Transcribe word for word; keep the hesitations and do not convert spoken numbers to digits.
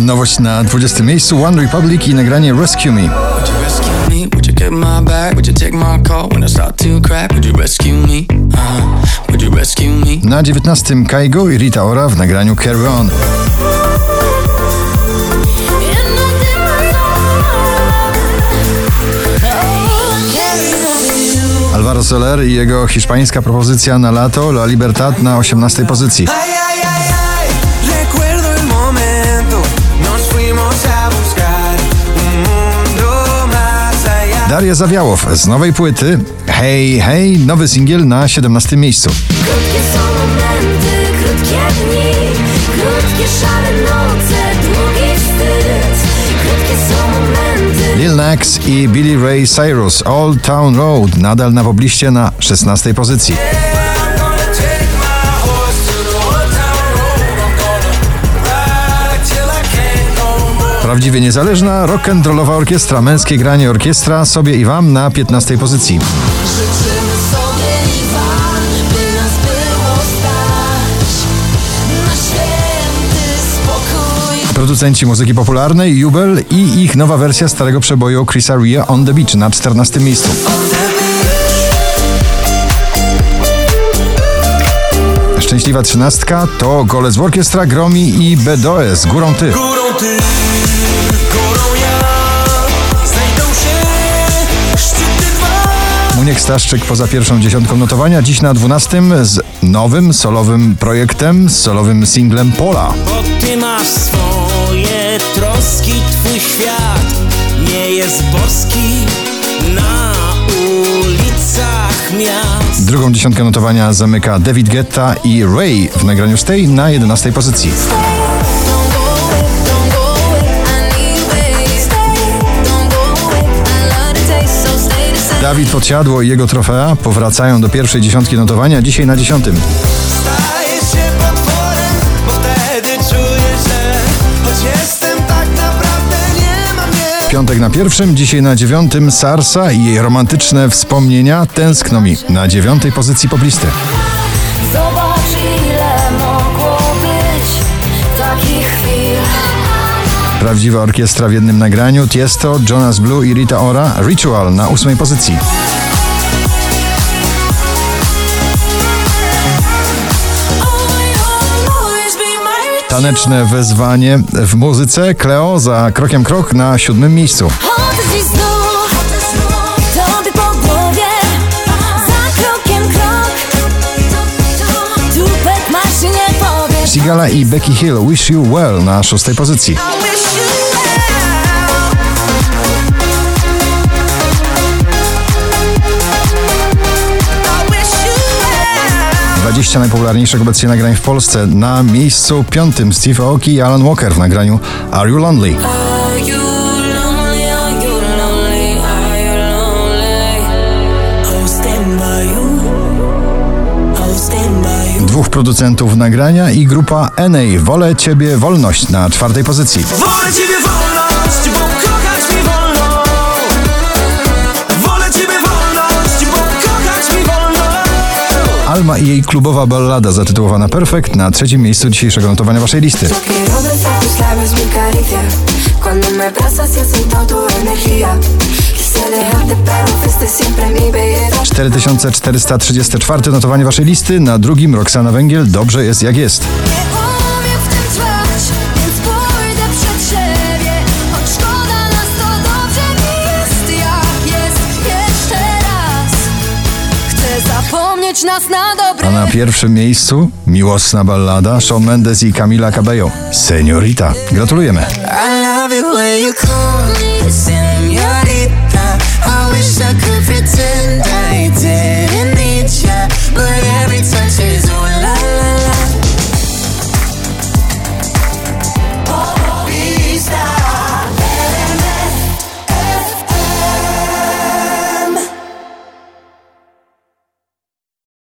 Nowość na dwudziestym miejscu One Republic i nagranie Rescue Me. Na dziewiętnastym Kygo i Rita Ora w nagraniu Carry On. Alvaro Soler i jego hiszpańska propozycja na lato La Libertad na osiemnastej pozycji. Daria Zawiałow z nowej płyty Hej, hej, nowy singiel na siedemnastym miejscu. Krótkie są momenty, krótkie dni, krótkie szare noce, długi wstyd. Krótkie są momenty. Lil Nas i Billy Ray Cyrus Old Town Road nadal na pobliście na szesnastej pozycji. Prawdziwie niezależna rock'n'rollowa orkiestra, męskie granie orkiestra Sobie i Wam na piętnastej pozycji. Życzymy sobie i wam, by nas było stać na święty spokój. Producenci muzyki popularnej Jubel i ich nowa wersja starego przeboju Chrisa Ria On The Beach na czternastym miejscu. Szczęśliwa trzynastka to Golec Orkiestra, Gromi i Bedoe z Górą Ty. Muniek Staszczyk poza pierwszą dziesiątką notowania, dziś na dwunastym z nowym solowym projektem, z solowym singlem Pola. Bo ty masz swoje troski, twój świat nie jest boski na ulicach miast. Drugą dziesiątkę notowania zamyka David Guetta i Ray w nagraniu Stay na jedenastej pozycji. Dawid Podsiadło i jego Trofea powracają do pierwszej dziesiątki notowania, dzisiaj na dziesiątym. Stajesz się potworem, bo wtedy czuję, że choć jestem tak naprawdę nie mam mnie. W piątek na pierwszym, dzisiaj na dziewiątym Sarsa i jej romantyczne wspomnienia Tęskno mi na dziewiątej pozycji poplisty. Zobacz, ile mogło być takich chwil. Prawdziwa orkiestra w jednym nagraniu Tiesto, Jonas Blue i Rita Ora Ritual na ósmej pozycji. Taneczne wezwanie w muzyce Cleo za Krokiem Krok na siódmym miejscu. Sigala i Becky Hill Wish You Well na szóstej pozycji. dwadzieścia najpopularniejszych obecnie nagrań w Polsce. Na miejscu piątym Steve Aoki i Alan Walker w nagraniu Are You Lonely? Dwóch producentów nagrania i grupa N A Wolę Ciebie Wolność na czwartej pozycji. Wolę ciebie wolność, bo kochać mi wolno. Wolę ciebie wolność, bo kochać mi wolno. Alma i jej klubowa ballada zatytułowana Perfect na trzecim miejscu dzisiejszego notowania waszej listy. cztery tysiące czterysta trzydzieści cztery notowanie waszej listy, na drugim Roxana Węgiel Dobrze jest jak jest. Nas na dobre. A na pierwszym miejscu miłosna ballada Shawn Mendes i Camila Cabello Señorita. Gratulujemy. I love it when you call me señorita. I wish I could pretend I didn't